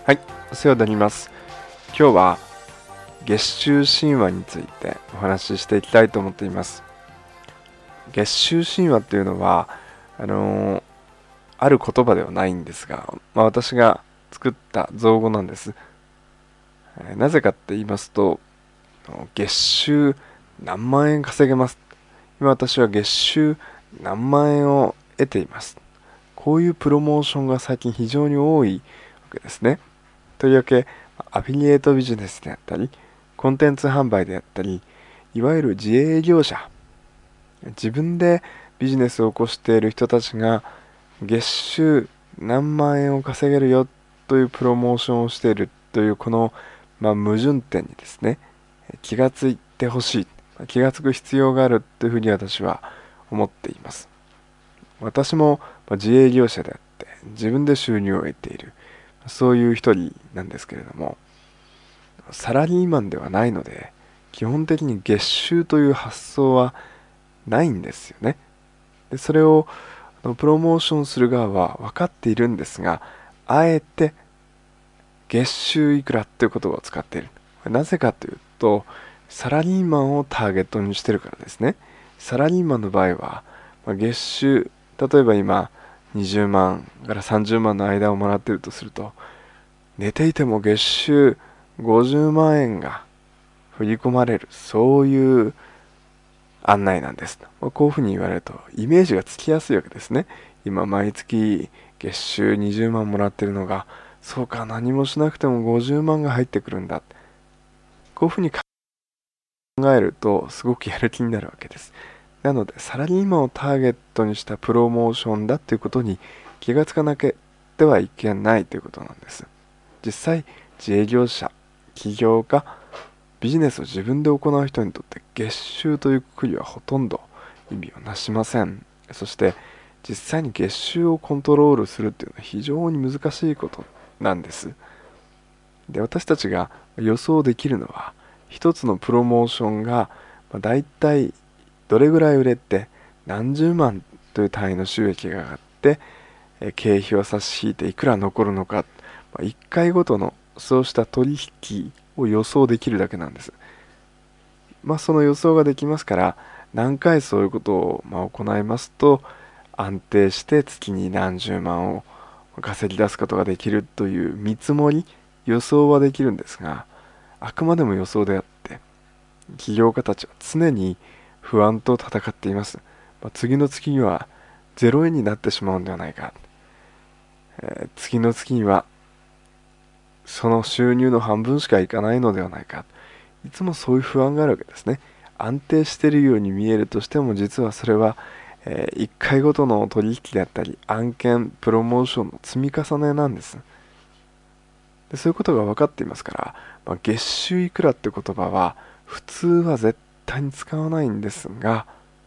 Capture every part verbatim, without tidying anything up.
はい、お世話になります。今日は月収神話についてお話ししていきたいと思っています。月収神話っていうのはあのー、ある言葉ではないんですが、まあ、私が作った造語なんです。えーなぜかって言いますと、月収何万円稼げます。今私は月収何万円を得ています。こういうプロモーションが最近非常に多いわけですね。とりわけアフィリエイトビジネスであったり、コンテンツ販売であったり、いわゆる自営業者、自分でビジネスを起こしている人たちが月収何万円を稼げるよというプロモーションをしているというこの、まあ、矛盾点にですね、気がついてほしい、気がつく必要があるというふうに私は思っています。私も自営業者であって自分で収入を得ている、そういう一人なんですけれども、サラリーマンではないので、基本的に月収という発想はないんですよね。で、それをプロモーションする側は分かっているんですが、あえて月収いくらという言葉を使っている。なぜかというと、サラリーマンをターゲットにしてるからですね。サラリーマンの場合は、月収、例えば今にじゅうまんからさんじゅうまんの間をもらっているとすると、寝ていても月収ごじゅうまん円が振り込まれる、そういう案内なんです。こういうふうに言われるとイメージがつきやすいわけですね。今毎月月収にじゅうまんもらってるのが、そうか、何もしなくてもごじゅうまんが入ってくるんだ。こういうふうに考えるとすごくやる気になるわけです。なのでサラリーマンをターゲットにしたプロモーションだということに気がつかなければいけないということなんです。実際自営業者、起業家、ビジネスを自分で行う人にとって月収というくくりはほとんど意味をなしません。そして実際に月収をコントロールするっていうのは非常に難しいことなんです。で、私たちが予想できるのは、一つのプロモーションがだいたいどれぐらい売れて何十万という単位の収益が上がって、経費を差し引いていくら残るのか、いっかいごとのそうした取引を予想できるだけなんです。まあその予想ができますから、何回そういうことをまあ行いますと、安定して月に何十万を稼ぎ出すことができるという見積もり、予想はできるんですが、あくまでも予想であって、起業家たちは常に不安と戦っています。まあ、次の月にはゼロえんになってしまうんではないか。えー次の月にはその収入の半分しかいかないのではないか。いつもそういう不安があるわけですね。安定しているように見えるとしても、実はそれは、えー、いっかいごとの取引であったり、案件、プロモーションの積み重ねなんです。で、そういうことが分かっていますから、まあ、月収いくらって言葉は、普通は絶対に使わないんですが、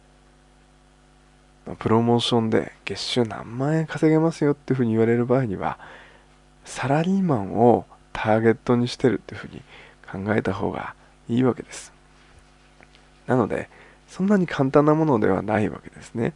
まあプロモーションで月収何万円稼げますよっていうふうに言われる場合には、サラリーマンをターゲットにしてるっていうふうに考えた方がいいわけです。なので、そんなに簡単なものではないわけですね。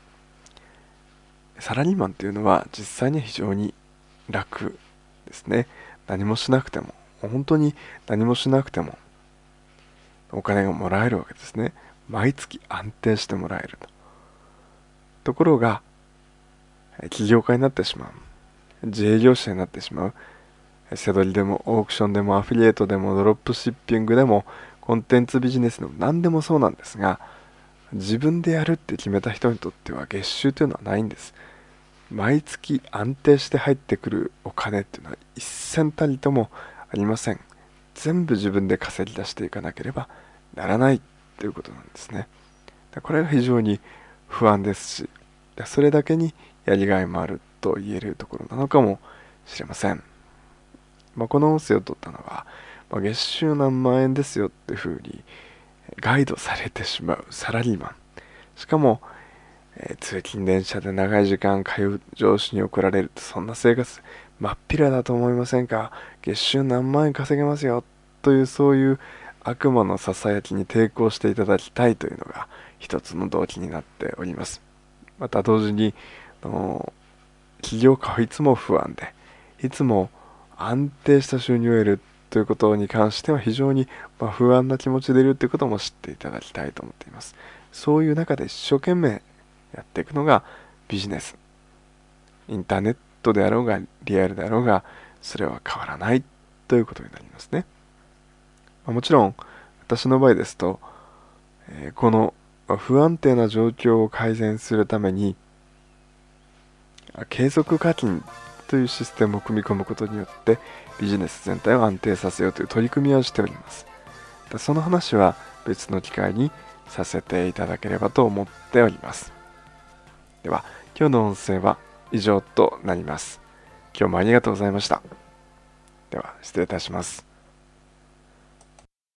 サラリーマンっていうのは実際には非常に楽ですね。何もしなくても、本当に何もしなくてもお金がもらえるわけですね。毎月安定してもらえると。ところが、起業家になってしまう。自営業者になってしまう。セドリでもオークションでもアフィリエイトでもドロップシッピングでもコンテンツビジネスでも何でもそうなんですが、自分でやるって決めた人にとっては月収というのはないんです。毎月安定して入ってくるお金っていうのは一銭たりともありません。全部自分で稼ぎ出していかなければならないということなんですね。これが非常に不安ですし、それだけにやりがいもあると言えるところなのかもしれません。まあ、この音声を取ったのは、まあ、月収何万円ですよっていうふうにガイドされてしまうサラリーマン。しかも、えー通勤電車で長い時間通う上司に怒られると、そんな生活真っ平だと思いませんか？月収何万円稼げますよという、そういう悪魔のささやきに抵抗していただきたいというのが一つの動機になっております。また同時に、あの起業家はいつも不安で、いつも安定した収入を得るということに関しては非常にまあ不安な気持ちでいるということも知っていただきたいと思っています。そういう中で一生懸命やっていくのがビジネス。インターネットであろうがリアルであろうがそれは変わらないということになりますね。まあもちろん私の場合ですと、えーこの不安定な状況を改善するために継続課金というシステムを組み込むことによってビジネス全体を安定させようという取り組みをしております。その話は別の機会にさせていただければと思っております。では今日の音声は以上となります。今日もありがとうございました。では失礼いたします。